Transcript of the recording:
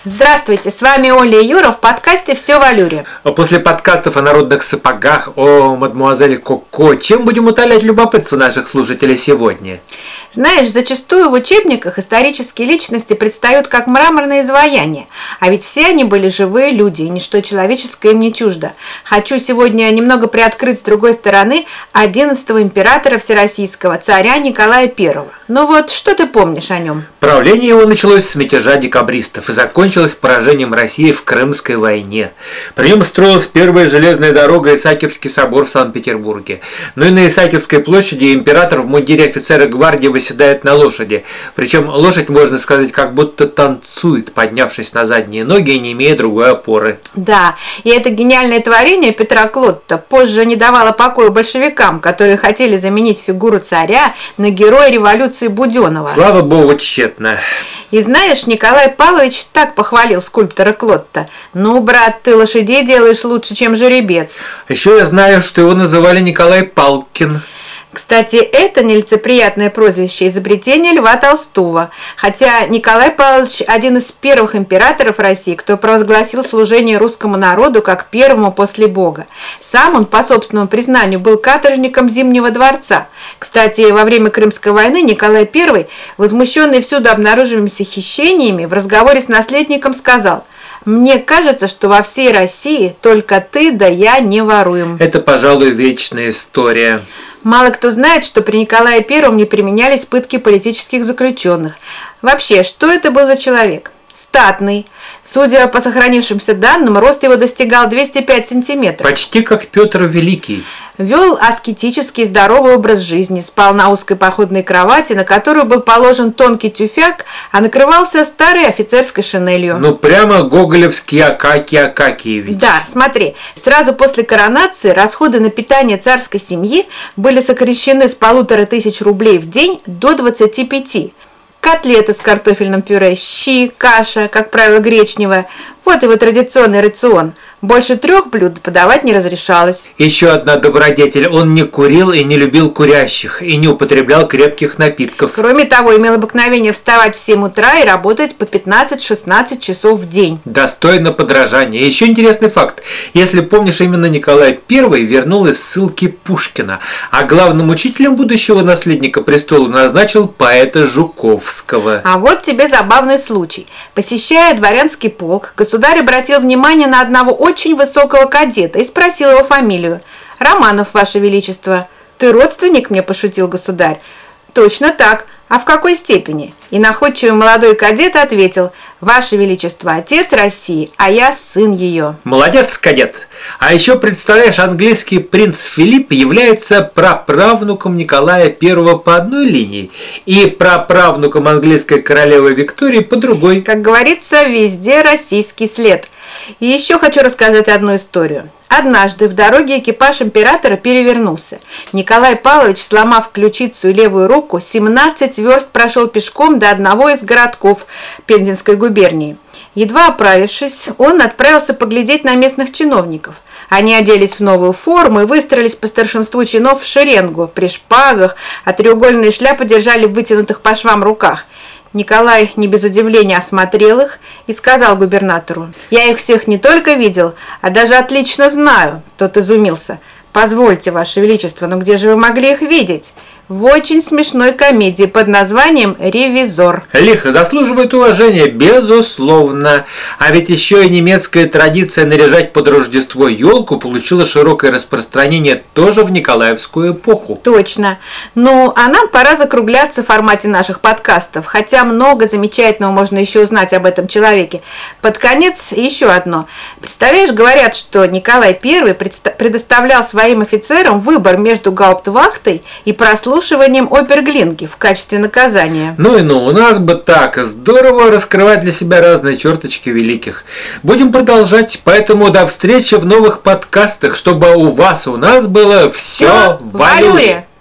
Здравствуйте, с вами Оля и Юра в подкасте «Все в Алюре». После подкастов о народных сапогах, о мадемуазели Коко, чем будем утолять любопытство наших слушателей сегодня? Знаешь, зачастую в учебниках исторические личности предстают как мраморные изваяния, а ведь все они были живые люди, и ничто человеческое им не чуждо. Хочу сегодня немного приоткрыть с другой стороны 11-го императора Всероссийского, царя Николая I. Ну вот, что ты помнишь о нем? Правление его началось с мятежа декабристов и закончилось поражением России в Крымской войне. При нем строилась первая железная дорога Исаакиевский собор в Санкт-Петербурге. Но и на Исаакиевской площади император в мундире офицера гвардии восседает на лошади. Причем лошадь, можно сказать, как будто танцует, поднявшись на задние ноги и не имея другой опоры. Да, и это гениальное творение Петра Клотта позже не давало покоя большевикам, которые хотели заменить фигуру царя на героя революции Буденова. Слава богу, тщетно. И знаешь, Николай Павлович так похвалил скульптора Клотта: «Ну, брат, ты лошадей делаешь лучше, чем жеребец». Еще я знаю, что его называли Николай Палкин. Кстати, это нелицеприятное прозвище изобретение Льва Толстого, хотя Николай Павлович один из первых императоров России, кто провозгласил служение русскому народу как первому после Бога. Сам он, по собственному признанию, был каторжником Зимнего дворца. Кстати, во время Крымской войны Николай I, возмущенный всюду обнаруживашимися хищениями, в разговоре с наследником сказал: «Мне кажется, что во всей России только ты да я не воруем». Это, пожалуй, вечная история. Мало кто знает, что при Николае I не применялись пытки политических заключенных. Вообще, что это был за человек? Статный. Судя по сохранившимся данным, рост его достигал 205 сантиметров. Почти как Петр Великий. Вел аскетический здоровый образ жизни, спал на узкой походной кровати, на которую был положен тонкий тюфяк, а накрывался старой офицерской шинелью. Ну, прямо гоголевский Акакий Акакиевич. Да, смотри, сразу после коронации расходы на питание царской семьи были сокращены с 1500 рублей в день до 25. Котлеты с картофельным пюре, щи, каша, как правило, гречневая. Вот его традиционный рацион. Больше 3 блюд подавать не разрешалось. Еще одна добродетель. Он не курил и не любил курящих, и не употреблял крепких напитков. Кроме того, имел обыкновение вставать в 7 утра и работать по 15-16 часов в день. Достойно подражания. Еще интересный факт. Если помнишь, именно Николай I вернул из ссылки Пушкина, а главным учителем будущего наследника престола назначил поэта Жуковского. А вот тебе забавный случай. Посещая дворянский полк, государь обратил внимание на одного очень высокого кадета и спросил его фамилию. «Романов, Ваше Величество». «Ты родственник мне?» – пошутил государь. «Точно так. А в какой степени?» И находчивый молодой кадет ответил: «Ваше Величество, отец России, а я сын ее». Молодец, кадет. А еще, представляешь, английский принц Филипп является праправнуком Николая I по одной линии и праправнуком английской королевы Виктории по другой. Как говорится, везде российский след. И еще хочу рассказать одну историю. Однажды в дороге экипаж императора перевернулся. Николай Павлович, сломав ключицу и левую руку, 17 верст прошел пешком до одного из городков Пензенской губернии. Едва оправившись, он отправился поглядеть на местных чиновников. Они оделись в новую форму и выстроились по старшинству чинов в шеренгу, при шпагах, а треугольные шляпы держали в вытянутых по швам руках. Николай не без удивления осмотрел их и сказал губернатору: «Я их всех не только видел, а даже отлично знаю». Тот изумился: «Позвольте, Ваше Величество, но где же вы могли их видеть?» В очень смешной комедии под названием «Ревизор». Лихо, заслуживает уважения, безусловно. А ведь еще и немецкая традиция наряжать под Рождество елку получила широкое распространение тоже в Николаевскую эпоху. Точно. Ну, а нам пора закругляться в формате наших подкастов, хотя много замечательного можно еще узнать об этом человеке. Под конец еще одно. Представляешь, говорят, что Николай I предоставлял своим офицерам выбор между гауптвахтой и прослушиванием оперглинки в качестве наказания. Ну и ну, у нас бы так. Здорово раскрывать для себя разные черточки великих. Будем продолжать, поэтому до встречи в новых подкастах, чтобы у вас, у нас было все в Алюре.